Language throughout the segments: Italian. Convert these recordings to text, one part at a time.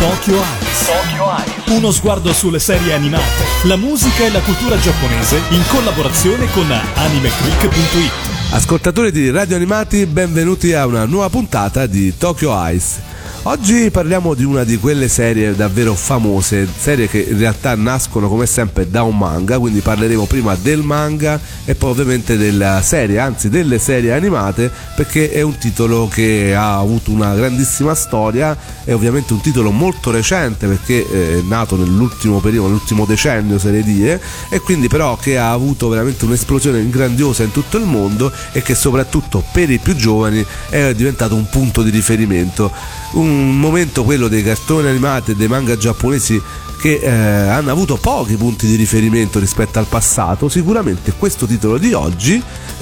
Tokyo Eyes. Uno sguardo sulle serie animate, la musica e la cultura giapponese in collaborazione con animeclick.it. Ascoltatori di Radio Animati, benvenuti a una nuova puntata di Tokyo Eyes. Oggi parliamo di una di quelle serie davvero famose, serie che in realtà nascono come sempre da un manga, quindi parleremo prima del manga e poi ovviamente della serie, anzi delle serie animate, perché è un titolo che ha avuto una grandissima storia, è ovviamente un titolo molto recente perché è nato nell'ultimo periodo, nell'ultimo decennio oserei dire, e quindi però che ha avuto veramente un'esplosione grandiosa in tutto il mondo e che soprattutto per i più giovani è diventato un punto di riferimento. Un momento, quello dei cartoni animati e dei manga giapponesi che hanno avuto pochi punti di riferimento rispetto al passato. Sicuramente questo titolo di oggi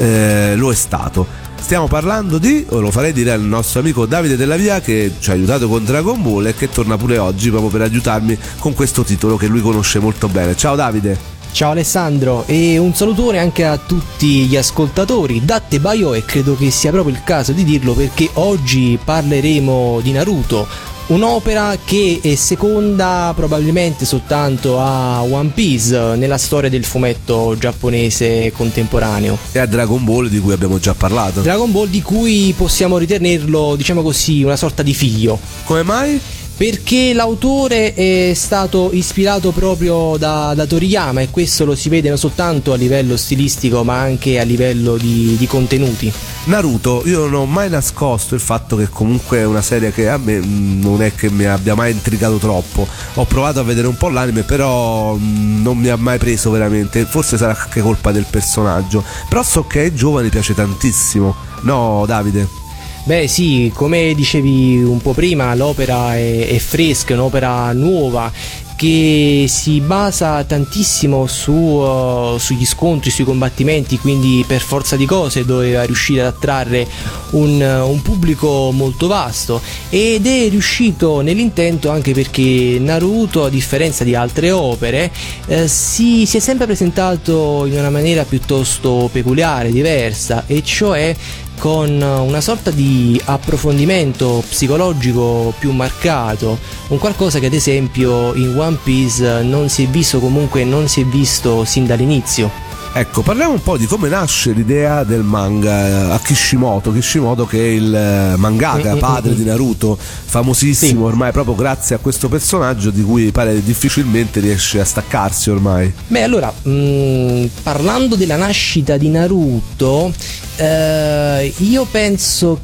lo è stato. Stiamo parlando di, o lo farei dire al nostro amico Davide Della Via, che ci ha aiutato con Dragon Ball e che torna pure oggi proprio per aiutarmi con questo titolo che lui conosce molto bene. Ciao Davide! Ciao Alessandro, e un salutone anche a tutti gli ascoltatori. Datte Baio, e credo che sia proprio il caso di dirlo perché oggi parleremo di Naruto, un'opera che è seconda probabilmente soltanto a One Piece nella storia del fumetto giapponese contemporaneo. E a Dragon Ball, di cui abbiamo già parlato. Dragon Ball, di cui possiamo ritenerlo, diciamo così, una sorta di figlio. Come mai? Perché l'autore è stato ispirato proprio da Toriyama, e questo lo si vede non soltanto a livello stilistico ma anche a livello di contenuti. Naruto, io non ho mai nascosto il fatto che comunque è una serie che a me non è che mi abbia mai intrigato troppo. Ho provato a vedere un po' l'anime, però non mi ha mai preso veramente. Forse sarà anche colpa del personaggio, però so che ai giovani piace tantissimo, no Davide? Beh sì, come dicevi un po' prima, l'opera è fresca, è un'opera nuova che si basa tantissimo sugli scontri, sui combattimenti, quindi per forza di cose doveva riuscire ad attrarre un pubblico molto vasto, ed è riuscito nell'intento anche perché Naruto, a differenza di altre opere, si è sempre presentato in una maniera piuttosto peculiare, diversa, e cioè con una sorta di approfondimento psicologico più marcato, un qualcosa che ad esempio in One Piece non si è visto, comunque non si è visto sin dall'inizio. Ecco, parliamo un po' di come nasce l'idea del manga a Kishimoto che è il mangaka, padre di Naruto, famosissimo sì, ormai proprio grazie a questo personaggio di cui pare difficilmente riesce a staccarsi ormai. Beh, allora, parlando della nascita di Naruto, io penso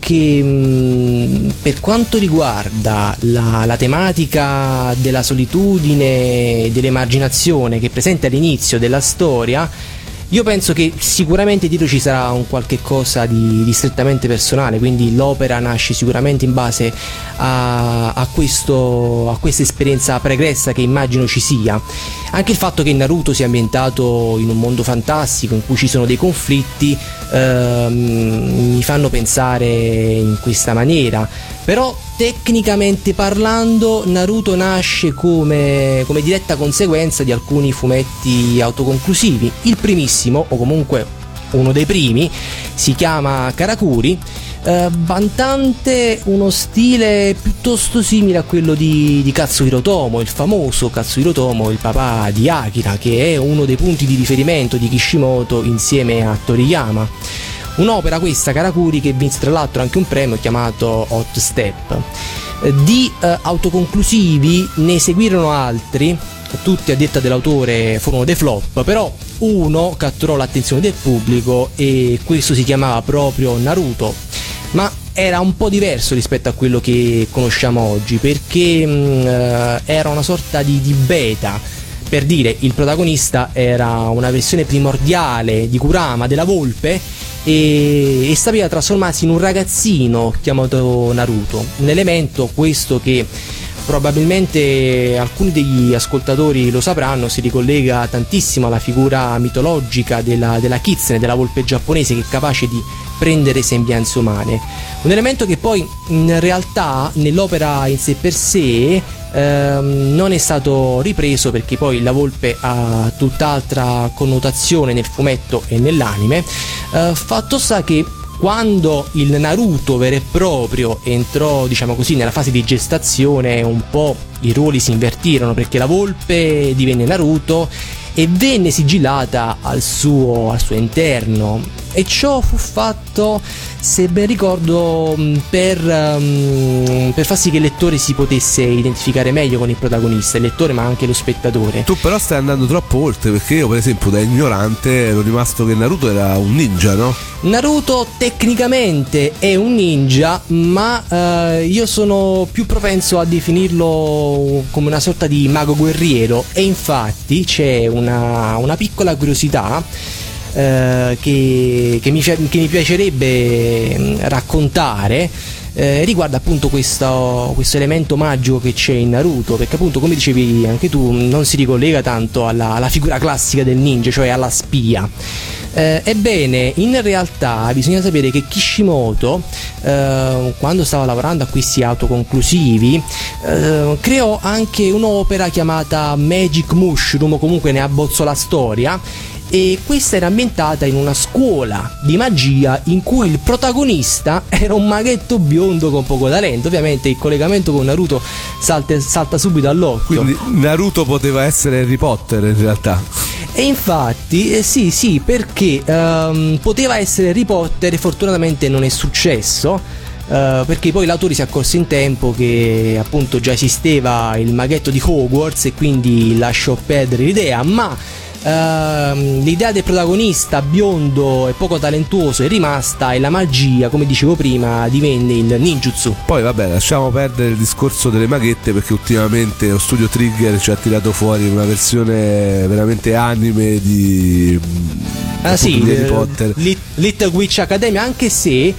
che per quanto riguarda la tematica della solitudine e dell'emarginazione che è presente all'inizio della storia, io penso che sicuramente dietro ci sarà un qualche cosa di strettamente personale, quindi l'opera nasce sicuramente in base a questa esperienza pregressa che immagino ci sia. Anche il fatto che Naruto sia ambientato in un mondo fantastico in cui ci sono dei conflitti mi fanno pensare in questa maniera. Però tecnicamente parlando Naruto nasce come diretta conseguenza di alcuni fumetti autoconclusivi. Il primissimo, o comunque uno dei primi, si chiama Karakuri, vantante uno stile piuttosto simile a quello di Katsuhiro Tomo, il famoso Katsuhiro Tomo, il papà di Akira, che è uno dei punti di riferimento di Kishimoto insieme a Toriyama. Un'opera questa, Karakuri, che vinse tra l'altro anche un premio chiamato Hot Step. Di autoconclusivi ne seguirono altri, tutti a detta dell'autore furono dei flop, però uno catturò l'attenzione del pubblico e questo si chiamava proprio Naruto, ma era un po' diverso rispetto a quello che conosciamo oggi, perché era una sorta di beta. Per dire, il protagonista era una versione primordiale di Kurama, della volpe, e stava a trasformarsi in un ragazzino chiamato Naruto, un elemento questo che probabilmente alcuni degli ascoltatori lo sapranno, si ricollega tantissimo alla figura mitologica della kitsune, della volpe giapponese, che è capace di prendere sembianze umane, un elemento che poi in realtà nell'opera in sé per sé non è stato ripreso, perché poi la volpe ha tutt'altra connotazione nel fumetto e nell'anime. Fatto sta che quando il Naruto vero e proprio entrò, diciamo così, nella fase di gestazione, un po' i ruoli si invertirono, perché la volpe divenne Naruto e venne sigillata al suo interno, e ciò fu fatto, se ben ricordo, per far sì che il lettore si potesse identificare meglio con il protagonista, il lettore ma anche lo spettatore. Tu però stai andando troppo oltre, perché io per esempio da ignorante ero rimasto che Naruto era un ninja, no? Naruto tecnicamente è un ninja, ma io sono più propenso a definirlo come una sorta di mago guerriero, e infatti c'è una piccola curiosità che mi piacerebbe raccontare, riguarda appunto questo elemento magico che c'è in Naruto, perché appunto, come dicevi anche tu, non si ricollega tanto alla figura classica del ninja, cioè alla spia. Ebbene, in realtà bisogna sapere che Kishimoto, quando stava lavorando a questi autoconclusivi, creò anche un'opera chiamata Magic Mushroom, o comunque ne abbozzò la storia, e questa era ambientata in una scuola di magia in cui il protagonista era un maghetto biondo con poco talento. Ovviamente il collegamento con Naruto salta subito all'occhio. Quindi Naruto poteva essere Harry Potter in realtà. E infatti sì, perché poteva essere Harry Potter, e fortunatamente non è successo, perché poi l'autore si accorse in tempo che appunto già esisteva il maghetto di Hogwarts, e quindi lasciò perdere l'idea. Ma l'idea del protagonista biondo e poco talentuoso è rimasta, e la magia, come dicevo prima, divenne il ninjutsu. Poi vabbè, lasciamo perdere il discorso delle maghette, perché ultimamente lo studio Trigger ci ha tirato fuori una versione veramente anime di Harry Potter, Little Witch Academia, anche se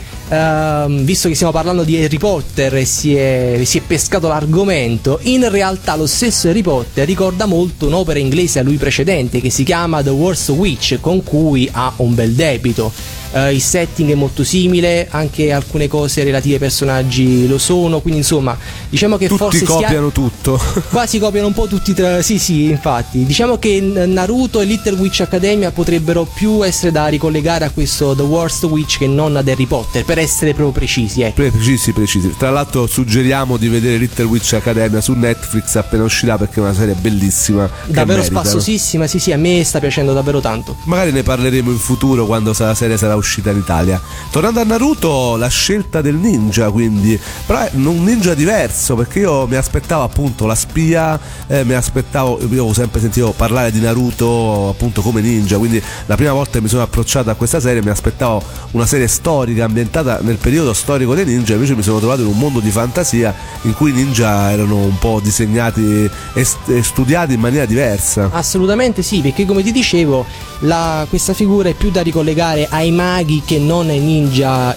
visto che stiamo parlando di Harry Potter e si è pescato l'argomento, in realtà lo stesso Harry Potter ricorda molto un'opera inglese a lui precedente che si chiama The Worst Witch, con cui ha un bel debito. Il setting è molto simile, anche alcune cose relative ai personaggi lo sono, quindi insomma diciamo che tutti forse copiano tutto. Quasi copiano un po' tutti sì, infatti diciamo che Naruto e Little Witch Academia potrebbero più essere da ricollegare a questo The Worst Witch che non ad Harry Potter, per essere proprio precisi, ecco. Precisi. Tra l'altro suggeriamo di vedere Little Witch Academia su Netflix appena uscirà, perché è una serie bellissima, davvero spassosissima. Sì, a me sta piacendo davvero tanto. Magari ne parleremo in futuro, quando la serie sarà uscita in Italia. Tornando a Naruto, la scelta del ninja, quindi, però è un ninja diverso, perché io mi aspettavo appunto la spia, io avevo sempre sentito parlare di Naruto appunto come ninja, quindi la prima volta che mi sono approcciato a questa serie mi aspettavo una serie storica ambientata nel periodo storico dei ninja, invece mi sono trovato in un mondo di fantasia in cui i ninja erano un po' disegnati e studiati in maniera diversa. Assolutamente sì, perché come ti dicevo questa figura è più da ricollegare ai maghi che non ai ninja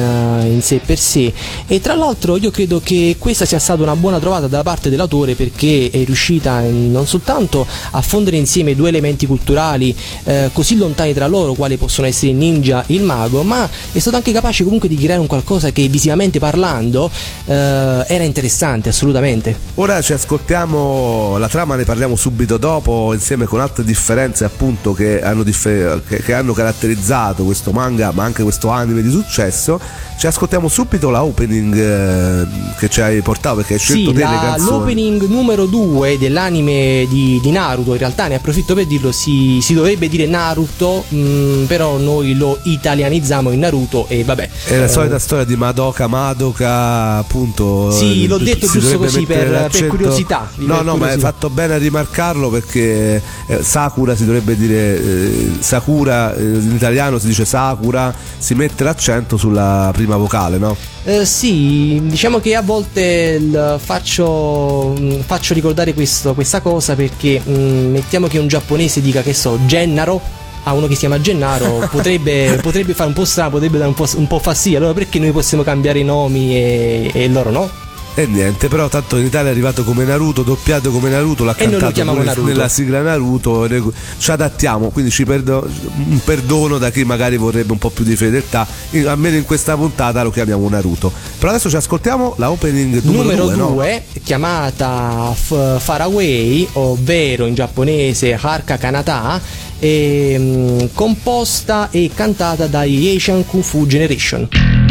in sé per sé, e tra l'altro io credo che questa sia stata una buona trovata da parte dell'autore, perché è riuscita non soltanto a fondere insieme due elementi culturali così lontani tra loro, quali possono essere il ninja e il mago, ma è stato anche capace comunque di creare un qualcosa che visivamente parlando era interessante, assolutamente. Ora ci ascoltiamo la trama, ne parliamo subito dopo, insieme con altre differenze appunto che hanno caratterizzato questo manga ma anche questo anime di successo. Ci ascoltiamo subito la opening che ci hai portato, perché hai scelto delle canzoni. L'opening numero 2 dell'anime di Naruto, in realtà ne approfitto per dirlo, si dovrebbe dire Naruto, però noi lo italianizziamo in Naruto, e vabbè. È la solita storia di Madoka, appunto. Sì, l'ho detto giusto così per curiosità. No, ma hai fatto bene a rimarcarlo, perché Sakura si dovrebbe dire Sakura, in italiano si dice Sakura, si mette l'accento sulla prima vocale, no? Sì, diciamo che a volte faccio ricordare questa cosa, perché mettiamo che un giapponese dica, che so, Gennaro a uno che si chiama Gennaro, potrebbe fare un po' strano, potrebbe dare un po' fastidio. Allora perché noi possiamo cambiare i nomi e loro no? E niente, però tanto in Italia è arrivato come Naruto, doppiato come Naruto, l'ha E noi lo cantato chiamiamo pure Naruto. nella sigla Naruto, ci adattiamo, quindi un perdono da chi magari vorrebbe un po' più di fedeltà, almeno in questa puntata lo chiamiamo Naruto. Però adesso ci ascoltiamo la opening numero 2, chiamata Far Away, ovvero in giapponese Harka Kanata, composta e cantata dagli Asian Kung Fu Generation.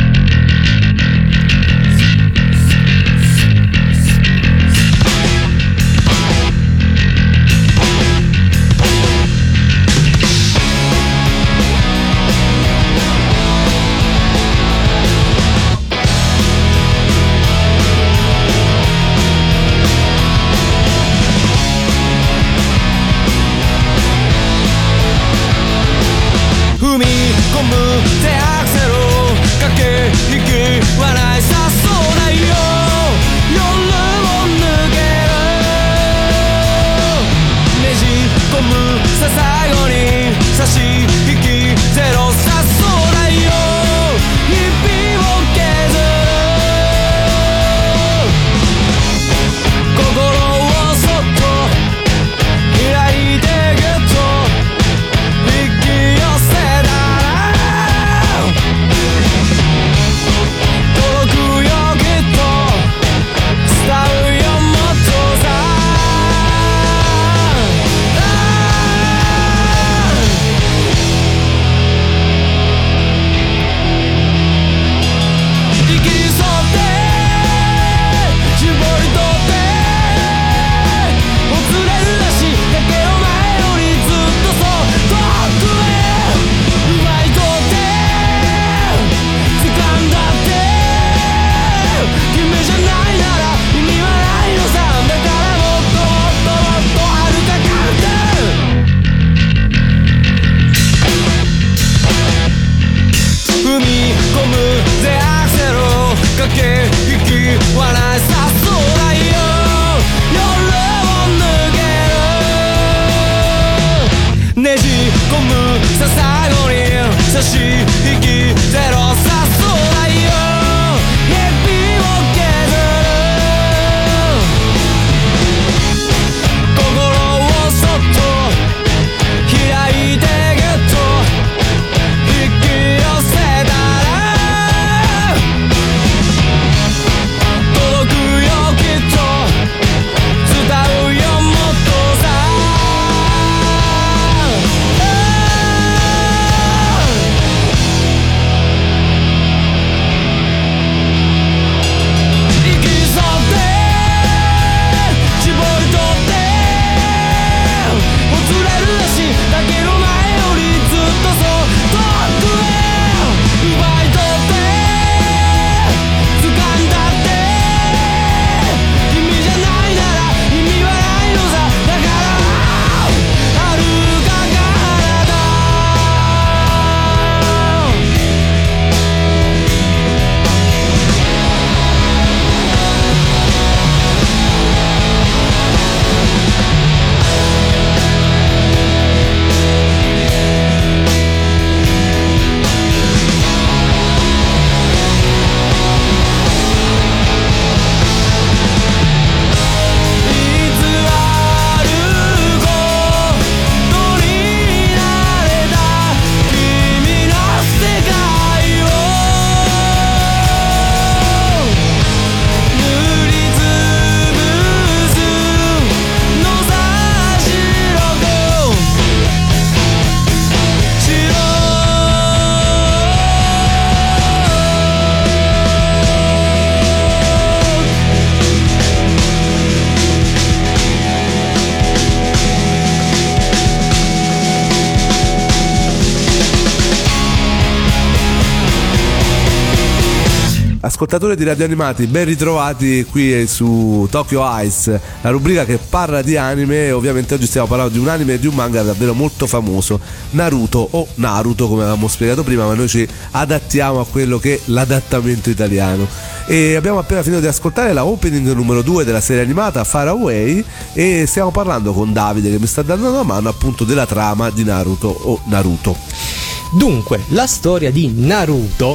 あ Ascoltatori di Radio Animati, ben ritrovati qui su Tokyo Eyes, la rubrica che parla di anime. Ovviamente oggi stiamo parlando di un anime e di un manga davvero molto famoso, Naruto o Naruto come avevamo spiegato prima, ma noi ci adattiamo a quello che è l'adattamento italiano. E abbiamo appena finito di ascoltare la opening numero 2 della serie animata Far Away e stiamo parlando con Davide che mi sta dando una mano appunto della trama di Naruto o Naruto. Dunque, la storia di Naruto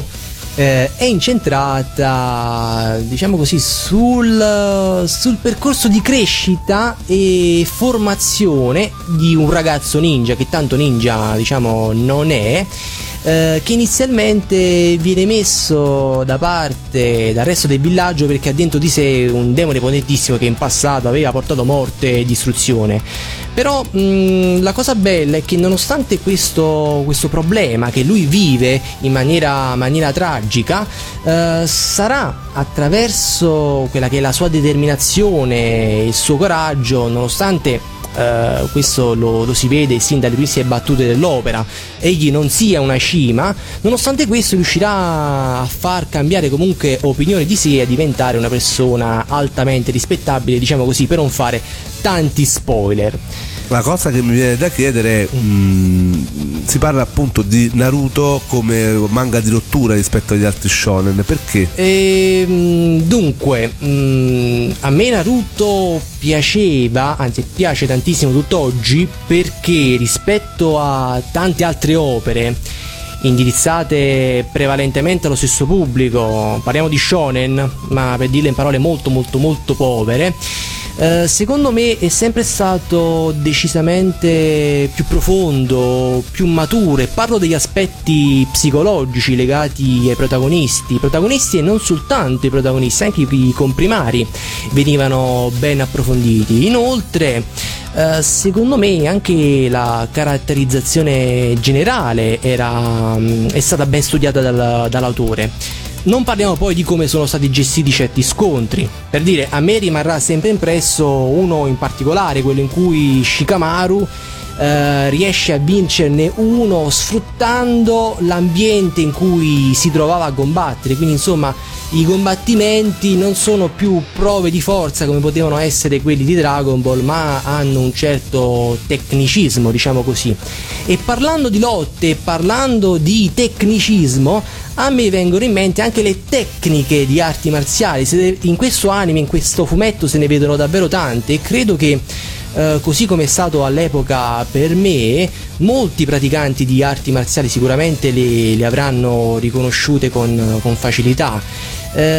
è incentrata, diciamo così, sul percorso di crescita e formazione di un ragazzo ninja, che tanto ninja, diciamo, non è, che inizialmente viene messo da parte dal resto del villaggio perché ha dentro di sé un demone potentissimo che in passato aveva portato morte e distruzione. Però la cosa bella è che nonostante questo problema che lui vive in maniera tragica, sarà attraverso quella che è la sua determinazione e il suo coraggio, nonostante questo lo si vede sin dalle prime battute dell'opera, egli non sia una cima, nonostante questo riuscirà a far cambiare comunque opinione di sé e a diventare una persona altamente rispettabile, diciamo così, per non fare tanti spoiler. La cosa che mi viene da chiedere è, si parla appunto di Naruto come manga di rottura rispetto agli altri shonen, perché? Dunque, a me Naruto piaceva, anzi piace tantissimo tutt'oggi, perché rispetto a tante altre opere indirizzate prevalentemente allo stesso pubblico, parliamo di shonen, ma per dirle in parole molto molto molto povere, secondo me è sempre stato decisamente più profondo, più maturo, e parlo degli aspetti psicologici legati ai protagonisti e non soltanto i protagonisti, anche i comprimari venivano ben approfonditi. Inoltre secondo me anche la caratterizzazione generale è stata ben studiata dall'autore. Non parliamo poi di come sono stati gestiti certi scontri. Per dire, a me rimarrà sempre impresso uno in particolare, quello in cui Shikamaru riesce a vincerne uno sfruttando l'ambiente in cui si trovava a combattere. Quindi insomma i combattimenti non sono più prove di forza come potevano essere quelli di Dragon Ball, ma hanno un certo tecnicismo, diciamo così. E parlando di lotte, parlando di tecnicismo, a me vengono in mente anche le tecniche di arti marziali. In questo anime, in questo fumetto se ne vedono davvero tante, e credo che così come è stato all'epoca per me, molti praticanti di arti marziali sicuramente le avranno riconosciute con facilità.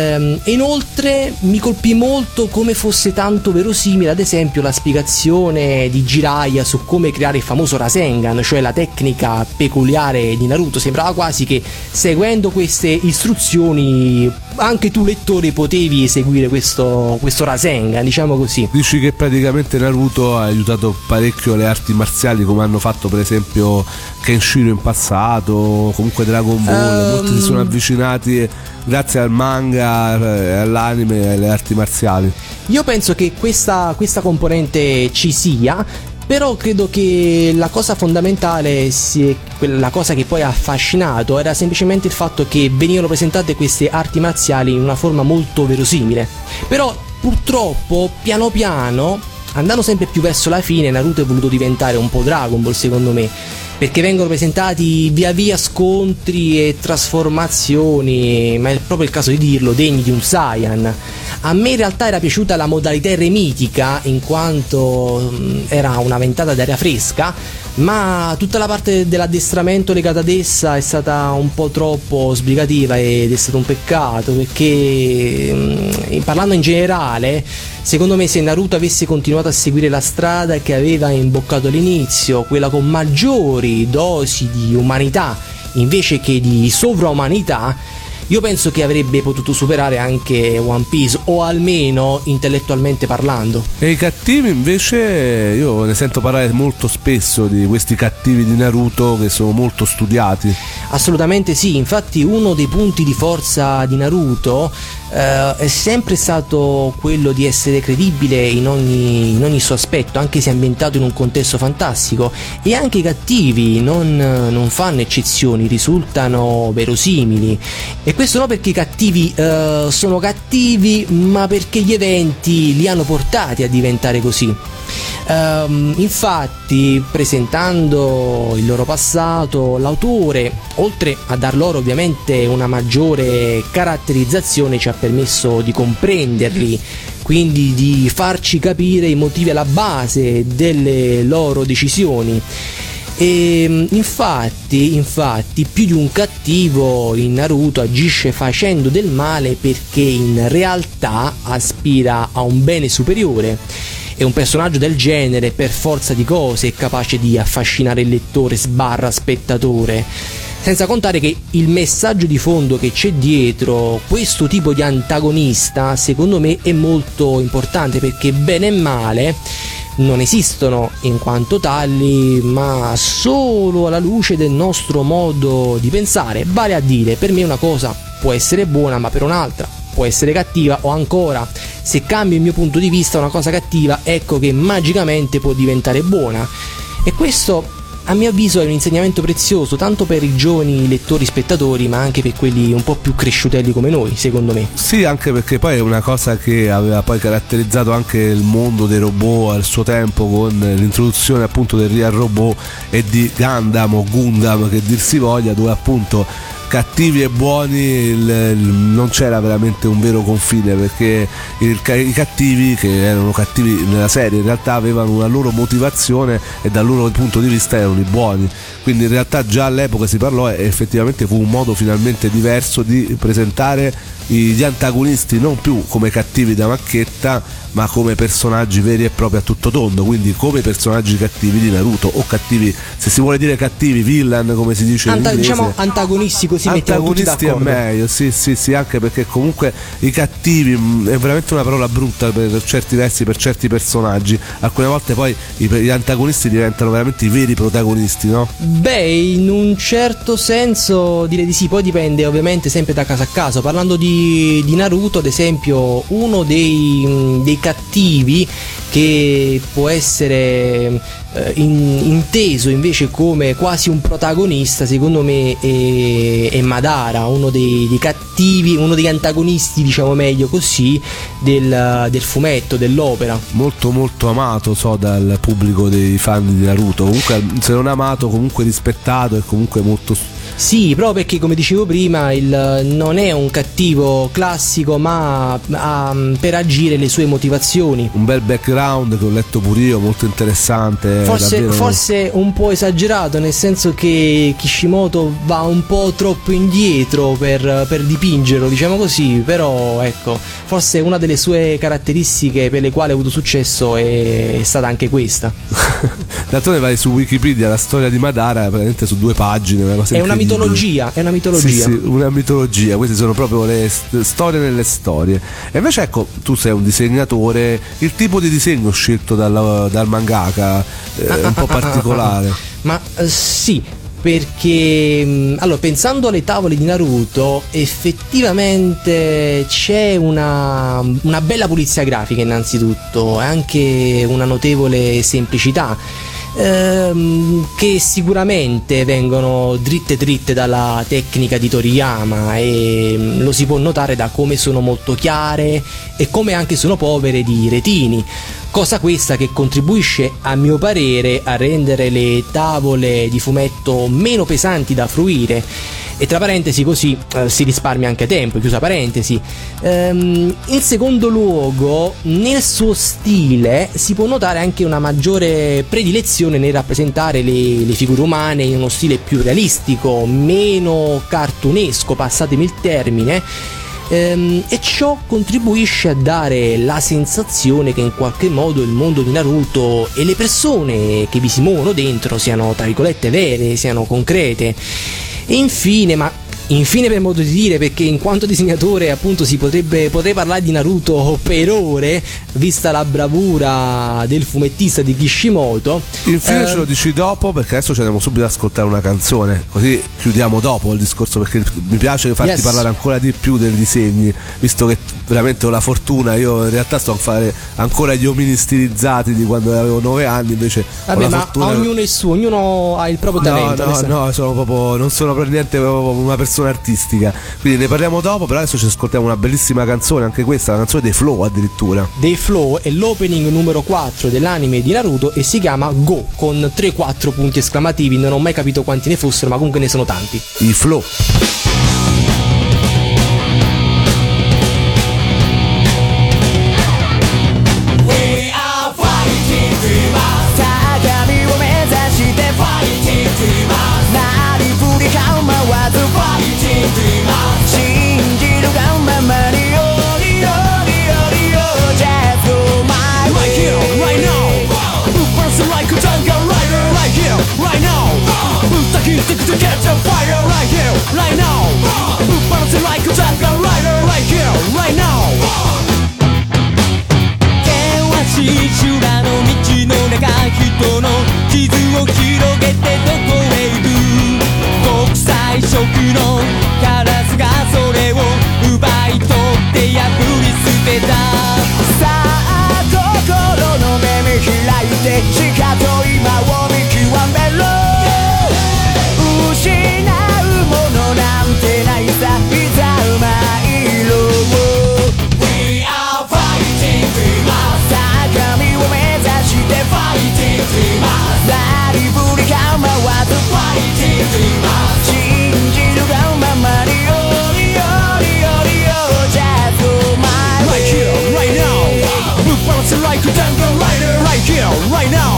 Inoltre mi colpì molto come fosse tanto verosimile, ad esempio, la spiegazione di Jiraiya su come creare il famoso Rasengan, cioè la tecnica peculiare di Naruto. Sembrava quasi che seguendo queste istruzioni anche tu lettore potevi eseguire questo Rasengan, diciamo così. Dici che praticamente Naruto ha aiutato parecchio le arti marziali, come hanno fatto per esempio Kenshiro in passato, comunque Dragon Ball, molti si sono avvicinati grazie al manga, all'anime e alle arti marziali. Io penso che questa componente ci sia, però credo che la cosa fondamentale, la cosa che poi ha affascinato, era semplicemente il fatto che venivano presentate queste arti marziali in una forma molto verosimile. Però purtroppo piano piano, andando sempre più verso la fine, Naruto è voluto diventare un po' Dragon Ball, secondo me, perché vengono presentati via via scontri e trasformazioni, ma è proprio il caso di dirlo, degni di un Saiyan. A me in realtà era piaciuta la modalità eremitica, in quanto era una ventata d'aria fresca, ma tutta la parte dell'addestramento legata ad essa è stata un po' troppo sbrigativa ed è stato un peccato, perché parlando in generale, secondo me se Naruto avesse continuato a seguire la strada che aveva imboccato all'inizio, quella con maggiori dosi di umanità invece che di sovraumanità, io penso che avrebbe potuto superare anche One Piece, o almeno intellettualmente parlando. E i cattivi invece, io ne sento parlare molto spesso di questi cattivi di Naruto che sono molto studiati. Assolutamente sì, infatti uno dei punti di forza di Naruto è sempre stato quello di essere credibile in ogni suo aspetto, anche se ambientato in un contesto fantastico, e anche i cattivi non fanno eccezioni, risultano verosimili. E questo non perché i cattivi sono cattivi, ma perché gli eventi li hanno portati a diventare così. Infatti, presentando il loro passato, l'autore, oltre a dar loro ovviamente una maggiore caratterizzazione, ci ha permesso di comprenderli, quindi di farci capire i motivi alla base delle loro decisioni. E infatti più di un cattivo in Naruto agisce facendo del male perché in realtà aspira a un bene superiore, e un personaggio del genere per forza di cose è capace di affascinare il lettore / spettatore. Senza contare che il messaggio di fondo che c'è dietro questo tipo di antagonista secondo me è molto importante, perché bene e male non esistono in quanto tali, ma solo alla luce del nostro modo di pensare. Vale a dire, per me una cosa può essere buona, ma per un'altra può essere cattiva, o ancora, se cambio il mio punto di vista, una cosa cattiva, ecco che magicamente può diventare buona. E questo, a mio avviso, è un insegnamento prezioso tanto per i giovani lettori spettatori, ma anche per quelli un po' più cresciutelli come noi, secondo me. Sì, anche perché poi è una cosa che aveva poi caratterizzato anche il mondo dei robot al suo tempo, con l'introduzione appunto del Real Robot e di Gundam o Gundam che dir si voglia, dove appunto cattivi e buoni non c'era veramente un vero confine, perché i cattivi, che erano cattivi nella serie, in realtà avevano una loro motivazione e dal loro punto di vista erano i buoni. Quindi in realtà già all'epoca si parlò e effettivamente fu un modo finalmente diverso di presentare gli antagonisti non più come cattivi da macchietta, ma come personaggi veri e propri a tutto tondo, quindi come i personaggi cattivi di Naruto, o cattivi, se si vuole dire cattivi, villain come si dice in inglese. Diciamo antagonisti, così mettiamo tutti d'accordo. Antagonisti è meglio, sì, anche perché comunque i cattivi è veramente una parola brutta per certi versi, per certi personaggi. Alcune volte poi gli antagonisti diventano veramente i veri protagonisti, no? Beh, in un certo senso direi di sì, poi dipende ovviamente sempre da caso a caso. Parlando di Naruto, ad esempio, uno dei cattivi che può essere inteso invece come quasi un protagonista, secondo me è Madara, uno dei cattivi, uno degli antagonisti, diciamo meglio così, del fumetto, dell'opera. Molto molto amato, so, dal pubblico dei fan di Naruto. Comunque, se non amato, comunque rispettato e comunque molto. Sì, proprio perché, come dicevo prima, non è un cattivo classico, ma ha per agire le sue motivazioni. Un bel background che ho letto pure io, molto interessante. Forse un po' esagerato, nel senso che Kishimoto va un po' troppo indietro per dipingerlo, diciamo così. Però ecco, forse una delle sue caratteristiche per le quali ha avuto successo è stata anche questa. D'altronde vai su Wikipedia, la storia di Madara praticamente su 2 pagine, una cosa incredibile. È una mitologia. Sì, una mitologia. Queste sono proprio le storie nelle storie. E invece, ecco, tu sei un disegnatore, il tipo di disegno scelto dal mangaka è un po' particolare. Ma sì, perché allora, pensando alle tavole di Naruto, effettivamente c'è una bella pulizia grafica innanzitutto, e anche una notevole semplicità, che sicuramente vengono dritte dalla tecnica di Toriyama, e lo si può notare da come sono molto chiare e come anche sono povere di retini, cosa questa che contribuisce, a mio parere, a rendere le tavole di fumetto meno pesanti da fruire. E tra parentesi, così si risparmia anche tempo, chiusa parentesi. In secondo luogo, nel suo stile si può notare anche una maggiore predilezione nel rappresentare le figure umane in uno stile più realistico, meno cartunesco, passatemi il termine. E ciò contribuisce a dare la sensazione che in qualche modo il mondo di Naruto e le persone che vi si muovono dentro siano, tra virgolette, vere, siano concrete. E infine per modo di dire, perché in quanto disegnatore appunto potrei parlare di Naruto per ore, vista la bravura del fumettista di Kishimoto. Infine ce lo dici dopo, perché adesso ci andiamo subito ad ascoltare una canzone, così chiudiamo dopo il discorso, perché mi piace farti parlare ancora di più dei disegni, visto che veramente ho la fortuna, io in realtà sto a fare ancora gli omini stilizzati di quando avevo 9 anni, invece vabbè, ma fortuna... ognuno è il suo, ognuno ha il proprio talento. No, non sono per niente proprio una persona artistica, quindi ne parliamo dopo. Però adesso ci ascoltiamo una bellissima canzone, anche questa, la canzone dei Flow addirittura. Dei Flow è l'opening numero 4 dell'anime di Naruto e si chiama Go, con 3-4 punti esclamativi, non ho mai capito quanti ne fossero, ma comunque ne sono tanti. I Flow. Fighting here, right now. Burns like a jungle rider, right here, right now. Stuck to catch a fire, right here, right now. Burns like a jungle rider, right here, right now. 険しい修羅の道の中、人の傷を広げてどこへ行く。国際色のカラスがそれを奪い取って破り捨てた。さあ心の目見開いてしかと今を見極めろ。失うものなんてないさ、いざ参ろう。 We are fighting dreamers。 高みを目指して fighting dreamers。 何ぶり構わず fighting dreamers。 信じるがままによりよりよりよ Just go my way。 Right here, right now。 Move balance like a jungle rider。 Right here, right now。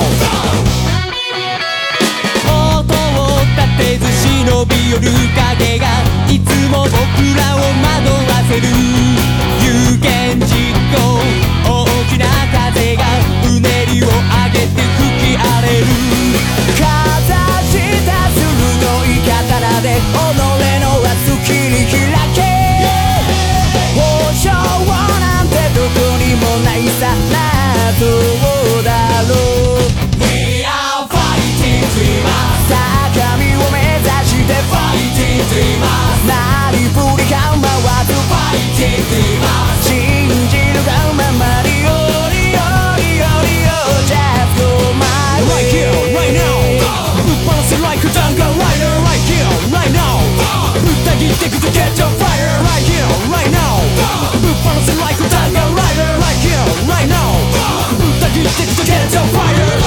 音を立てず忍び寄る影がいつも僕らを惑わせる。有言実行、大きな風がうねりを上げて吹き荒れる。形した鋭い刀で己の熱切り開け。保証なんてどこにもないさ、謎だろう。 We are fighting dreamers。 高みを目指して fighting dreamers。 何ぶり構わず fighting dreamers。 信じるがままによりよりよりよ Just go my way。 Right here, right now。 Balance like a jungle rider。 Right here, right now。 ぶった切ってくと catch a fire。 Right here, right now。 Balance like a jungle rider。 Right here, right now。 ぶった切ってくと catch a fire。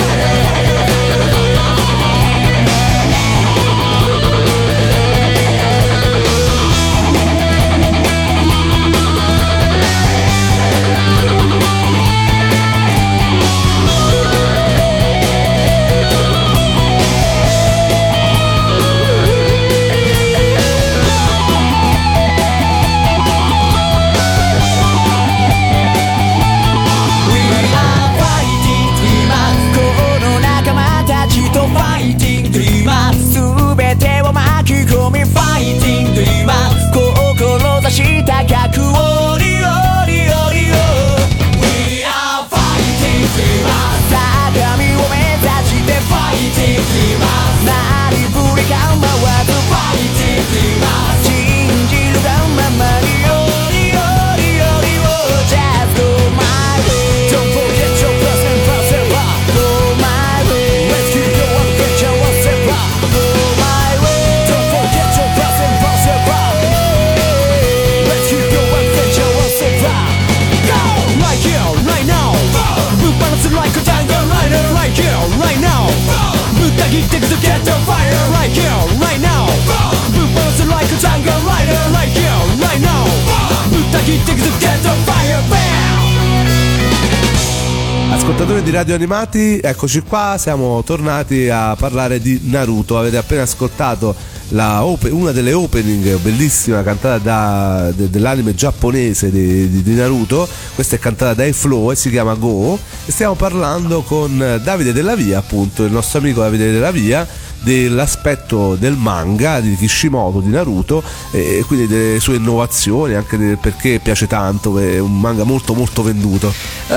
Ascoltatori di Radio Animati, eccoci qua, siamo tornati a parlare di Naruto. Avete appena ascoltato una delle opening bellissima cantata dell'anime giapponese di Naruto. Questa è cantata da Flow e si chiama Go, e stiamo parlando con Davide Della Via, appunto il nostro amico Davide Della Via, dell'aspetto del manga di Kishimoto di Naruto, e quindi delle sue innovazioni, anche perché piace tanto, è un manga molto molto venduto.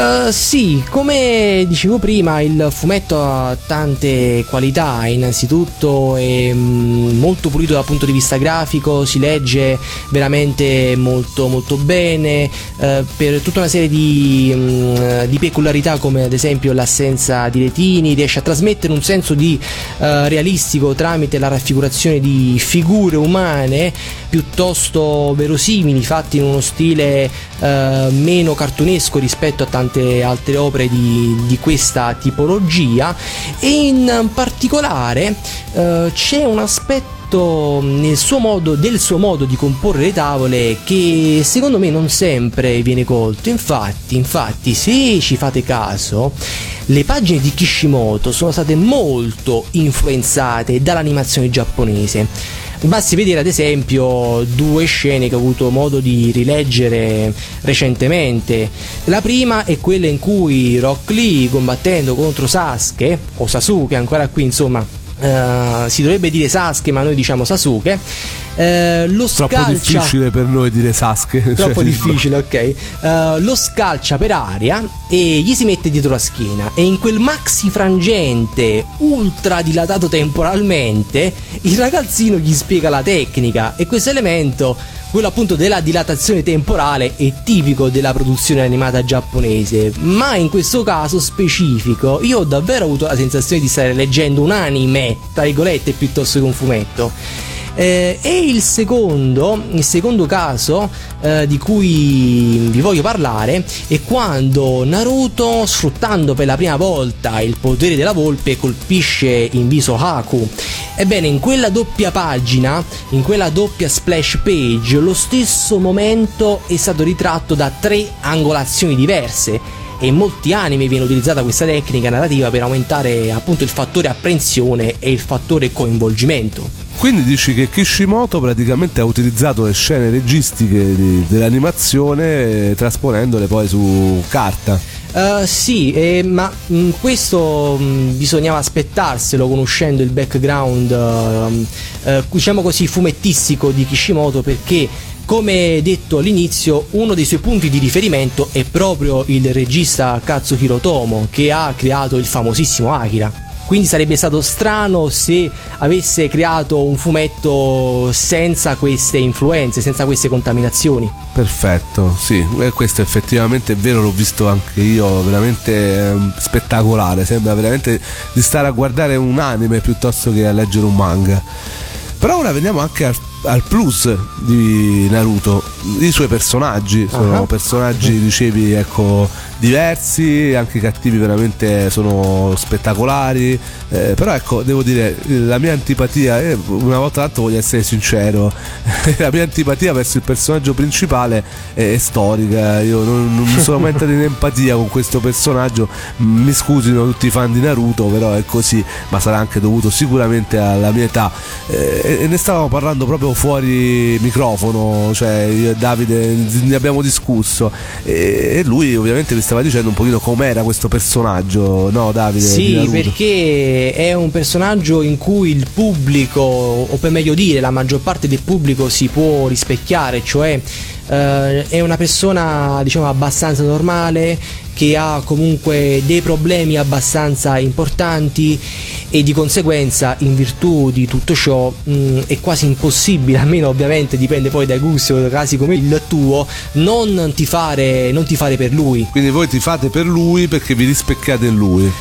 Sì, come dicevo prima, il fumetto ha tante qualità. Innanzitutto è molto pulito dal punto di vista grafico, si legge veramente molto molto bene, per tutta una serie di peculiarità, come ad esempio l'assenza di retini. Riesce a trasmettere un senso di realistico tramite la raffigurazione di figure umane piuttosto verosimili, fatte in uno stile meno cartunesco rispetto a tante altre opere di questa tipologia. E in particolare c'è un aspetto del suo modo di comporre le tavole che secondo me non sempre viene colto. Infatti se ci fate caso, le pagine di Kishimoto sono state molto influenzate dall'animazione giapponese. Basti vedere ad esempio due scene che ho avuto modo di rileggere recentemente. La prima è quella in cui Rock Lee, combattendo contro Sasuke, o Sasuke, ancora qui insomma, si dovrebbe dire Sasuke ma noi diciamo Sasuke, lo Troppo scalcia. difficile per noi dire Sasuke. Troppo difficile, ok. Lo scalcia per aria e gli si mette dietro la schiena, e in quel maxi frangente ultra dilatato temporalmente il ragazzino gli spiega la tecnica, e questo elemento, quello appunto della dilatazione temporale, è tipico della produzione animata giapponese, ma in questo caso specifico io ho davvero avuto la sensazione di stare leggendo un anime, tra virgolette, piuttosto che un fumetto. E il secondo caso di cui vi voglio parlare è quando Naruto, sfruttando per la prima volta il potere della volpe, colpisce in viso Haku. Ebbene, in quella doppia pagina, in quella doppia splash page, lo stesso momento è stato ritratto da 3 angolazioni diverse, e in molti anime viene utilizzata questa tecnica narrativa per aumentare appunto il fattore apprensione e il fattore coinvolgimento. Quindi dici che Kishimoto praticamente ha utilizzato le scene registiche dell'animazione, trasponendole poi su carta. Sì, ma questo bisognava aspettarselo, conoscendo il background diciamo così fumettistico di Kishimoto, perché, come detto all'inizio, uno dei suoi punti di riferimento è proprio il regista Katsuhiro Tomo, che ha creato il famosissimo Akira. Quindi sarebbe stato strano se avesse creato un fumetto senza queste influenze, senza queste contaminazioni. Perfetto, sì, questo effettivamente è vero, l'ho visto anche io, veramente spettacolare, sembra veramente di stare a guardare un anime piuttosto che a leggere un manga. Però ora veniamo anche al plus di Naruto. I suoi personaggi sono personaggi, dicevi, ecco, diversi, anche i cattivi veramente sono spettacolari, però ecco, devo dire, la mia antipatia, una volta tanto voglio essere sincero, la mia antipatia verso il personaggio principale è storica. Io non sono mai entrato in empatia con questo personaggio, mi scusino tutti i fan di Naruto, però è così, ma sarà anche dovuto sicuramente alla mia età, e ne stavamo parlando proprio fuori microfono, cioè io e Davide ne abbiamo discusso, e lui ovviamente mi stava dicendo un pochino com'era questo personaggio, no Davide? Sì, perché è un personaggio in cui il pubblico, o per meglio dire la maggior parte del pubblico, si può rispecchiare, cioè è una persona, diciamo, abbastanza normale, che ha comunque dei problemi abbastanza importanti, e di conseguenza, in virtù di tutto ciò, è quasi impossibile, almeno ovviamente dipende poi dai gusti o dai casi come il tuo, non tifare per lui. Quindi voi tifate per lui perché vi rispecchiate in lui?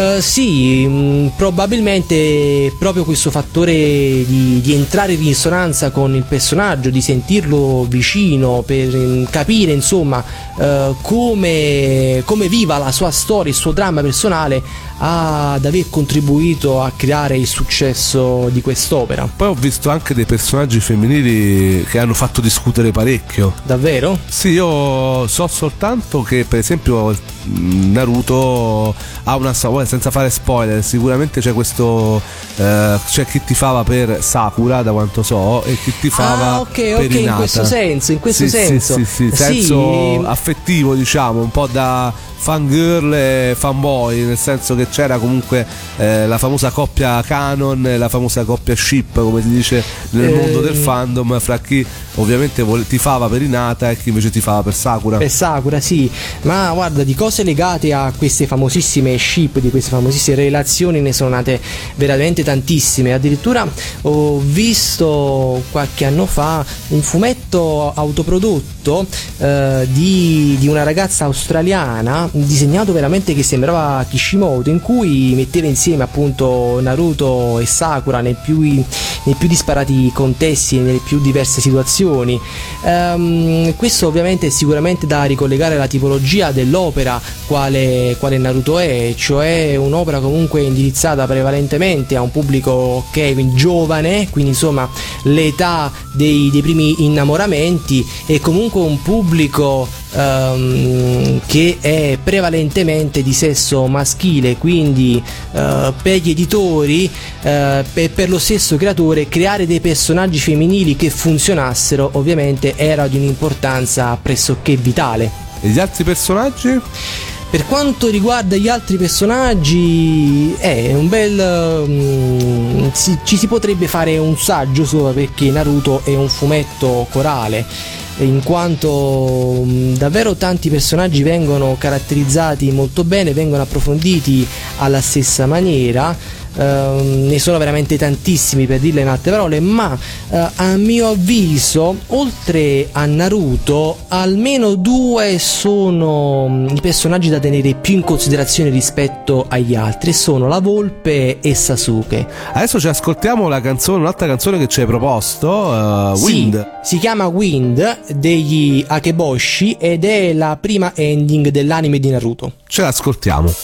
Sì, probabilmente proprio questo fattore di entrare in risonanza con il personaggio, di sentirlo vicino, per capire insomma come viva la sua storia, il suo dramma personale, ad aver contribuito a creare il successo di quest'opera. Poi ho visto anche dei personaggi femminili che hanno fatto discutere parecchio. Davvero? Sì, io so soltanto che per esempio Naruto ha una, senza fare spoiler, sicuramente c'è questo c'è chi tifava per Sakura, da quanto so, e chi tifava per Hinata. In questo senso, sì, senso affettivo, diciamo, un po' da fangirl e fanboy, nel senso che c'era comunque la famosa coppia canon e la famosa coppia ship, come si dice nel mondo del fandom, fra chi ovviamente tifava per Hinata e chi invece tifava per Sakura. Per Sakura, sì, ma guarda, di cose legate a queste famosissime ship, di queste famosissime relazioni, ne sono nate veramente tantissime. Addirittura ho visto qualche anno fa un fumetto autoprodotto di una ragazza australiana, disegnato veramente che sembrava Kishimoto, in cui metteva insieme appunto Naruto e Sakura nei più disparati contesti e nelle più diverse situazioni. Questo ovviamente è sicuramente da ricollegare alla tipologia dell'opera quale Naruto è, cioè è un'opera comunque indirizzata prevalentemente a un pubblico giovane, quindi insomma l'età dei primi innamoramenti, e comunque un pubblico che è prevalentemente di sesso maschile, quindi per gli editori e per lo stesso creatore creare dei personaggi femminili che funzionassero ovviamente era di un'importanza pressoché vitale. E gli altri personaggi? Per quanto riguarda gli altri personaggi, è un bel ci si potrebbe fare un saggio solo, perché Naruto è un fumetto corale, in quanto davvero tanti personaggi vengono caratterizzati molto bene, vengono approfonditi alla stessa maniera. Ne sono veramente tantissimi, per dirle in altre parole, ma a mio avviso, oltre a Naruto, almeno 2 sono i personaggi da tenere più in considerazione rispetto agli altri, sono la Volpe e Sasuke. Adesso ci ascoltiamo la canzone, un'altra canzone che ci hai proposto, Wind. Sì, si chiama Wind degli Akeboshi ed è la prima ending dell'anime di Naruto. Ce l'ascoltiamo.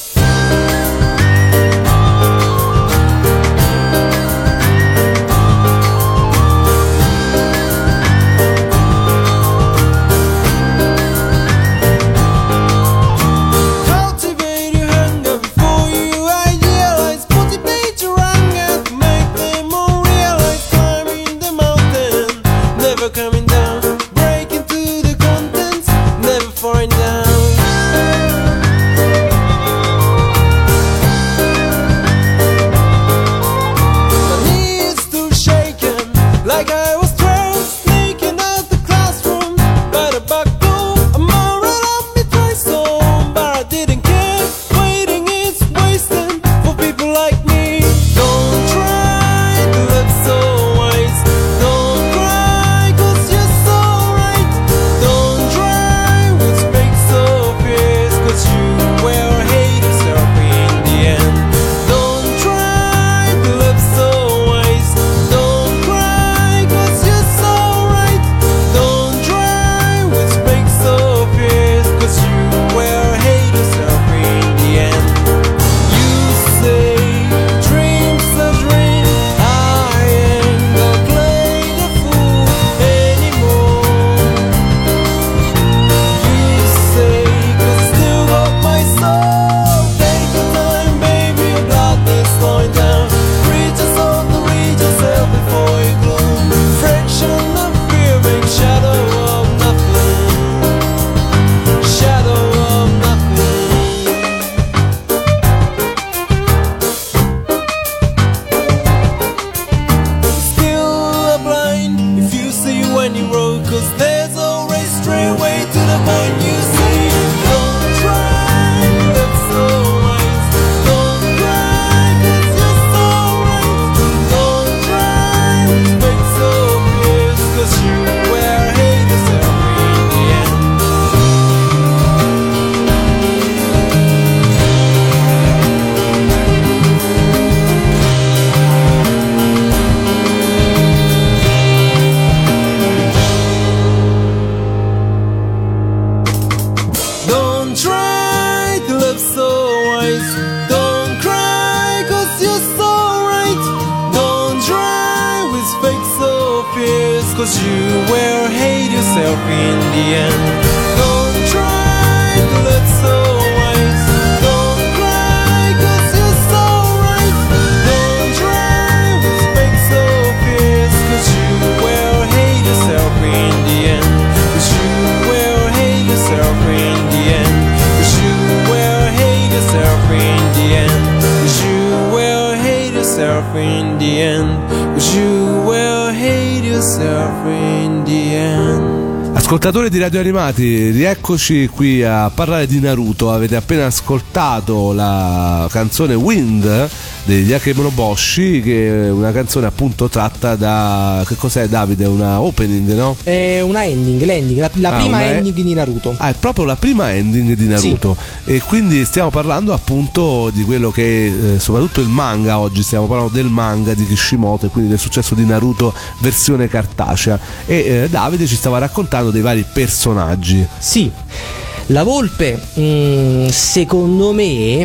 Cause you will hate yourself in the end. Don't try to look so wise. Don't cry cause you're so right. Don't try with fake so fierce. Cause you will hate yourself in the end. Cause you will hate yourself in the end. Cause you will hate yourself in the end. Cause you will hate yourself in the end. Cause you will hate yourself in the end. Ascoltatori di Radio Animati, rieccoci qui a parlare di Naruto. Avete appena ascoltato la canzone Wind degli Akeboshi, che è una canzone appunto tratta da... che cos'è, Davide? Una opening, no? È una ending, l'ending, la prima ending di Naruto. Ah, è proprio la prima ending di Naruto. Sì. E quindi stiamo parlando appunto di quello che soprattutto il manga, oggi stiamo parlando del manga di Kishimoto e quindi del successo di Naruto versione cartacea. E Davide ci stava raccontando dei vari personaggi. Sì, la Volpe secondo me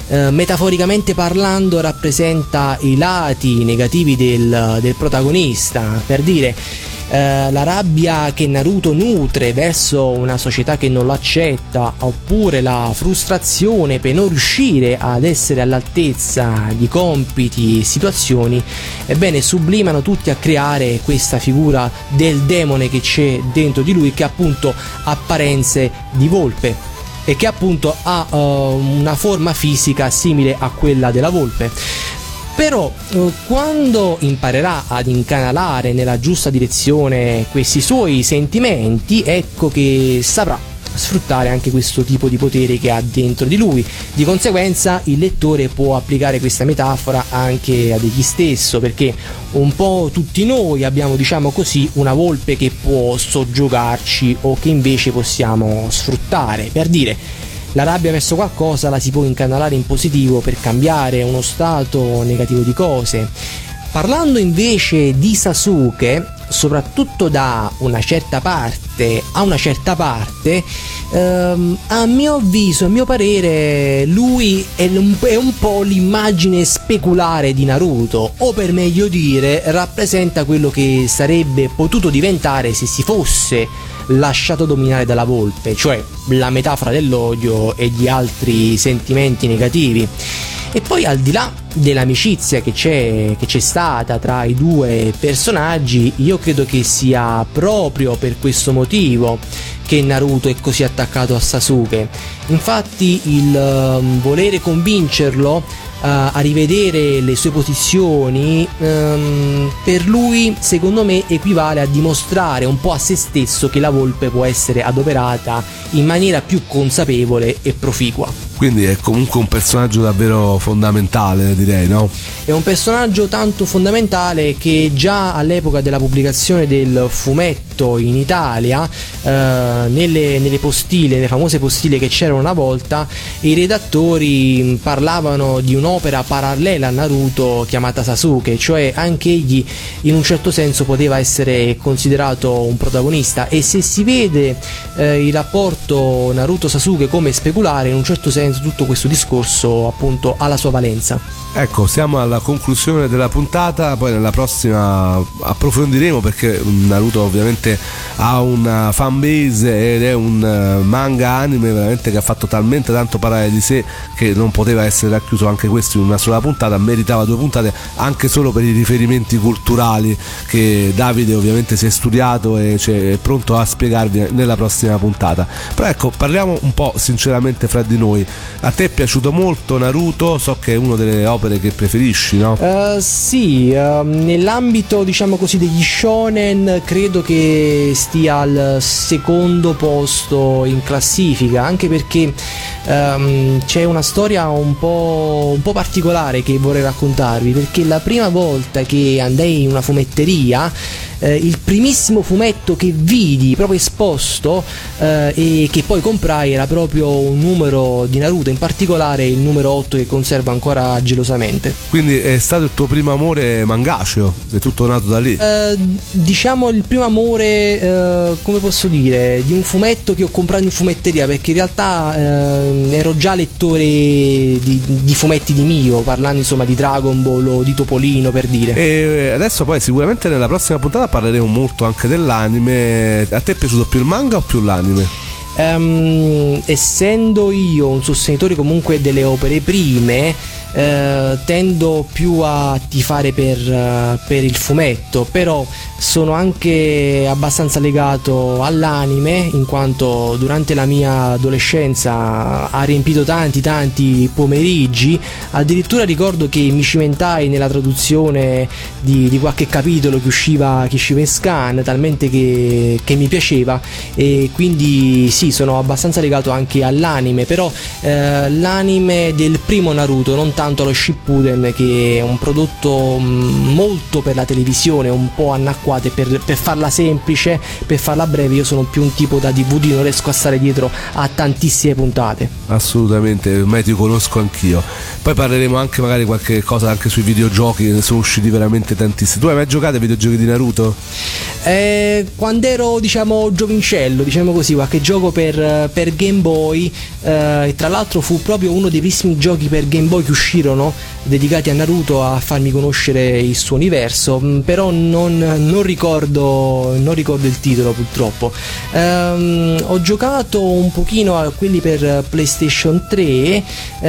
metaforicamente parlando rappresenta i lati negativi del protagonista, per dire la rabbia che Naruto nutre verso una società che non lo accetta, oppure la frustrazione per non riuscire ad essere all'altezza di compiti e situazioni, ebbene sublimano tutti a creare questa figura del demone che c'è dentro di lui, che ha appunto apparenze di volpe e che appunto ha una forma fisica simile a quella della volpe. Però quando imparerà ad incanalare nella giusta direzione questi suoi sentimenti, ecco che saprà sfruttare anche questo tipo di potere che ha dentro di lui. Di conseguenza il lettore può applicare questa metafora anche ad egli stesso, perché un po' tutti noi abbiamo, diciamo così, una volpe che può soggiogarci o che invece possiamo sfruttare. Per dire, la rabbia verso qualcosa la si può incanalare in positivo per cambiare uno stato negativo di cose. Parlando invece di Sasuke, soprattutto da una certa parte a una certa parte, a mio avviso, a mio parere, lui è un po' l'immagine speculare di Naruto, o per meglio dire rappresenta quello che sarebbe potuto diventare se si fosse lasciato dominare dalla volpe, cioè la metafora dell'odio e di altri sentimenti negativi. E poi, al di là dell'amicizia che c'è stata tra i due personaggi, io credo che sia proprio per questo motivo che Naruto è così attaccato a Sasuke. Infatti il volere convincerlo a rivedere le sue posizioni, per lui, secondo me, equivale a dimostrare un po' a se stesso che la volpe può essere adoperata in maniera più consapevole e proficua. Quindi è comunque un personaggio davvero fondamentale, direi, no? È un personaggio tanto fondamentale che già all'epoca della pubblicazione del fumetto in Italia, nelle postille, nelle famose postille che c'erano una volta, i redattori parlavano di un'opera parallela a Naruto chiamata Sasuke, cioè anche egli in un certo senso poteva essere considerato un protagonista, e se si vede il rapporto Naruto-Sasuke come speculare, in un certo senso tutto questo discorso appunto ha la sua valenza. Ecco, siamo alla conclusione della puntata, poi nella prossima approfondiremo, perché Naruto ovviamente ha una fanbase ed è un manga anime veramente che ha fatto talmente tanto parlare di sé che non poteva essere racchiuso anche questo in una sola puntata, meritava 2 puntate anche solo per i riferimenti culturali che Davide ovviamente si è studiato e è pronto a spiegarvi nella prossima puntata. Però ecco, parliamo un po' sinceramente fra di noi. A te è piaciuto molto Naruto? So che è una delle opere che preferisci, no? Sì, nell'ambito, diciamo così, degli shonen credo che stia al secondo posto in classifica, anche perché c'è una storia un po' particolare che vorrei raccontarvi, perché la prima volta che andai in una fumetteria, il primissimo fumetto che vidi proprio esposto e che poi comprai era proprio un numero di Naruto, in particolare il numero 8 che conservo ancora gelosamente. Quindi è stato il tuo primo amore mangaceo, è tutto nato da lì? Diciamo il primo amore, come posso dire, di un fumetto che ho comprato in fumetteria, perché in realtà ero già lettore di fumetti di Mio, parlando insomma di Dragon Ball o di Topolino, per dire. E adesso poi sicuramente nella prossima puntata parleremo molto anche dell'anime. A te è piaciuto più il manga o più l'anime? Essendo io un sostenitore comunque delle opere prime, tendo più a tifare per il fumetto, però sono anche abbastanza legato all'anime, in quanto durante la mia adolescenza ha riempito tanti pomeriggi. Addirittura ricordo che mi cimentai nella traduzione di qualche capitolo che usciva in scan, talmente che mi piaceva, e quindi sì, sono abbastanza legato anche all'anime, però l'anime del primo Naruto, non tanto lo Shippuden, che è un prodotto molto per la televisione, un po' anacquato, e per farla semplice, per farla breve, io sono più un tipo da DVD, non riesco a stare dietro a tantissime puntate. Assolutamente, ormai ti conosco anch'io. Poi parleremo anche magari qualche cosa anche sui videogiochi, ne sono usciti veramente tantissimi. Tu hai mai giocato ai videogiochi di Naruto? Quando ero giovincello, diciamo così, qualche gioco per Game Boy, e tra l'altro fu proprio uno dei primi giochi per Game Boy che uscirono dedicati a Naruto a farmi conoscere il suo universo, però non ricordo il titolo purtroppo. Ho giocato un pochino a quelli per PlayStation 3,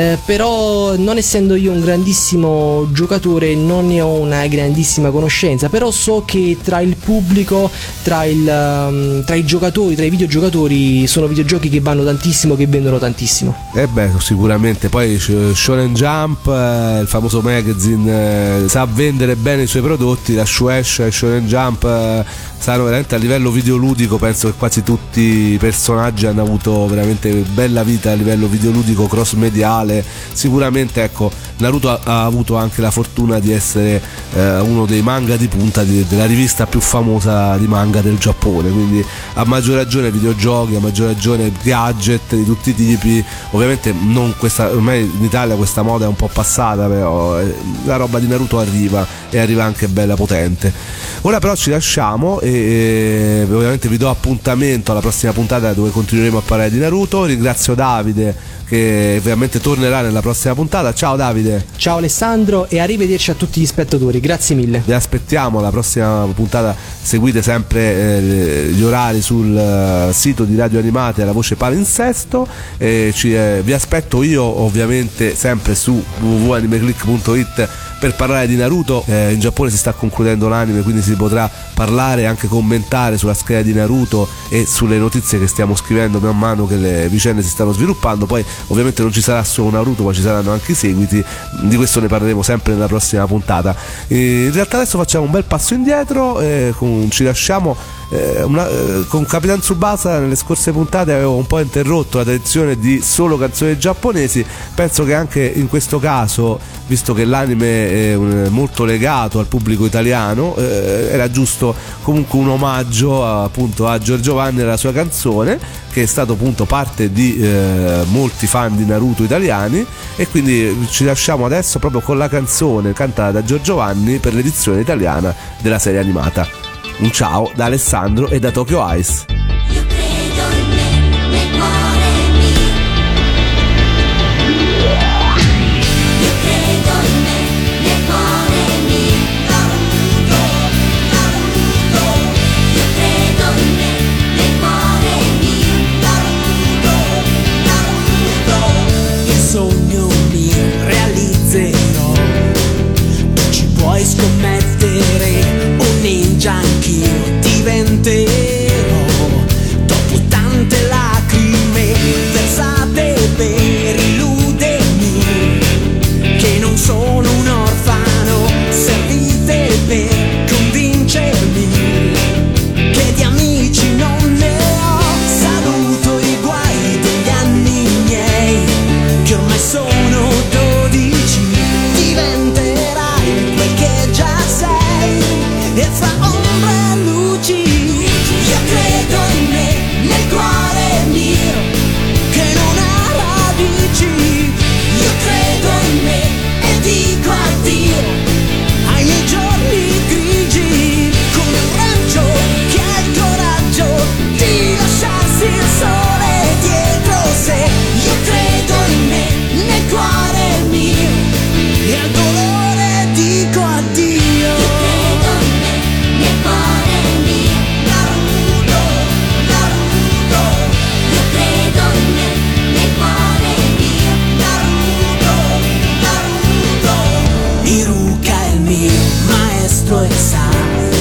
però non essendo io un grandissimo giocatore non ne ho una grandissima conoscenza, però so che tra il pubblico, tra i giocatori, tra i videogiocatori, sono videogiochi che vanno tantissimo, che vendono tantissimo. Sicuramente. Poi Shonen Jump, il famoso magazine, sa vendere bene i suoi prodotti. La Shueisha e Shonen Jump sanno veramente, a livello videoludico penso che quasi tutti i personaggi hanno avuto veramente bella vita a livello videoludico, cross mediale. Sicuramente, ecco, Naruto ha avuto anche la fortuna di essere uno dei manga di punta della rivista più famosa di manga del Giappone, quindi a maggior ragione videogiochi, a maggior ragione gadget di tutti i tipi. Ovviamente non questa, ormai in Italia questa moda è un po' passata, però la roba di Naruto arriva, e arriva anche bella potente. Ora però ci lasciamo e ovviamente vi do appuntamento alla prossima puntata dove continueremo a parlare di Naruto. Ringrazio Davide che ovviamente tornerà nella prossima puntata. Ciao Davide. Ciao Alessandro, e arrivederci a tutti gli spettatori, grazie mille. Vi aspettiamo alla prossima puntata, seguite sempre gli orari sul sito di Radio Animate alla voce Palinsesto, vi aspetto io ovviamente sempre su www.animeclick.it per parlare di Naruto. In Giappone si sta concludendo l'anime, quindi si potrà parlare e anche commentare sulla scheda di Naruto e sulle notizie che stiamo scrivendo man mano che le vicende si stanno sviluppando. Poi ovviamente non ci sarà solo Naruto, ma ci saranno anche i seguiti, di questo ne parleremo sempre nella prossima puntata. In realtà adesso facciamo un bel passo indietro, ci lasciamo con Capitan Tsubasa. Nelle scorse puntate avevo un po' interrotto la tradizione di solo canzoni giapponesi. Penso che anche in questo caso, visto che l'anime è molto legato al pubblico italiano, era giusto comunque un omaggio appunto a Giorgio Vanni e alla sua canzone, che è stato appunto parte di molti fan di Naruto italiani, e quindi ci lasciamo adesso proprio con la canzone cantata da Giorgio Vanni per l'edizione italiana della serie animata. Un ciao da Alessandro e da Tokyo Ice. Io credo in me, nel cuore mio. Io credo in me, nel cuore mio. Naruto, Naruto. Io credo in me, nel cuore mio. Naruto, Naruto. Il sogno mio realizzerò, tu ci puoi scommettere, un ninja anch'io diventerò. Dopo tante lacrime versate per illudermi che non sono un orfano, servite per convincermi che di amici non ne ho. Saluto i guai degli anni miei, che ormai sono 12, diventerai quel che già sei, e fra ombre e luci. Io credo in me, nel cuore mio, che non ha radici. Io credo in me e dico addio ai miei giorni grigi, come un raggio che ha il coraggio di lasciarsi il sole dietro sé. Io credo in me, nel cuore mio, e al dolore dico addio. Io credo in me, nel cuore mio. Naruto, Naruto. Io credo in me, nel cuore mio. Naruto, Naruto. Iruka è il mio maestro e sa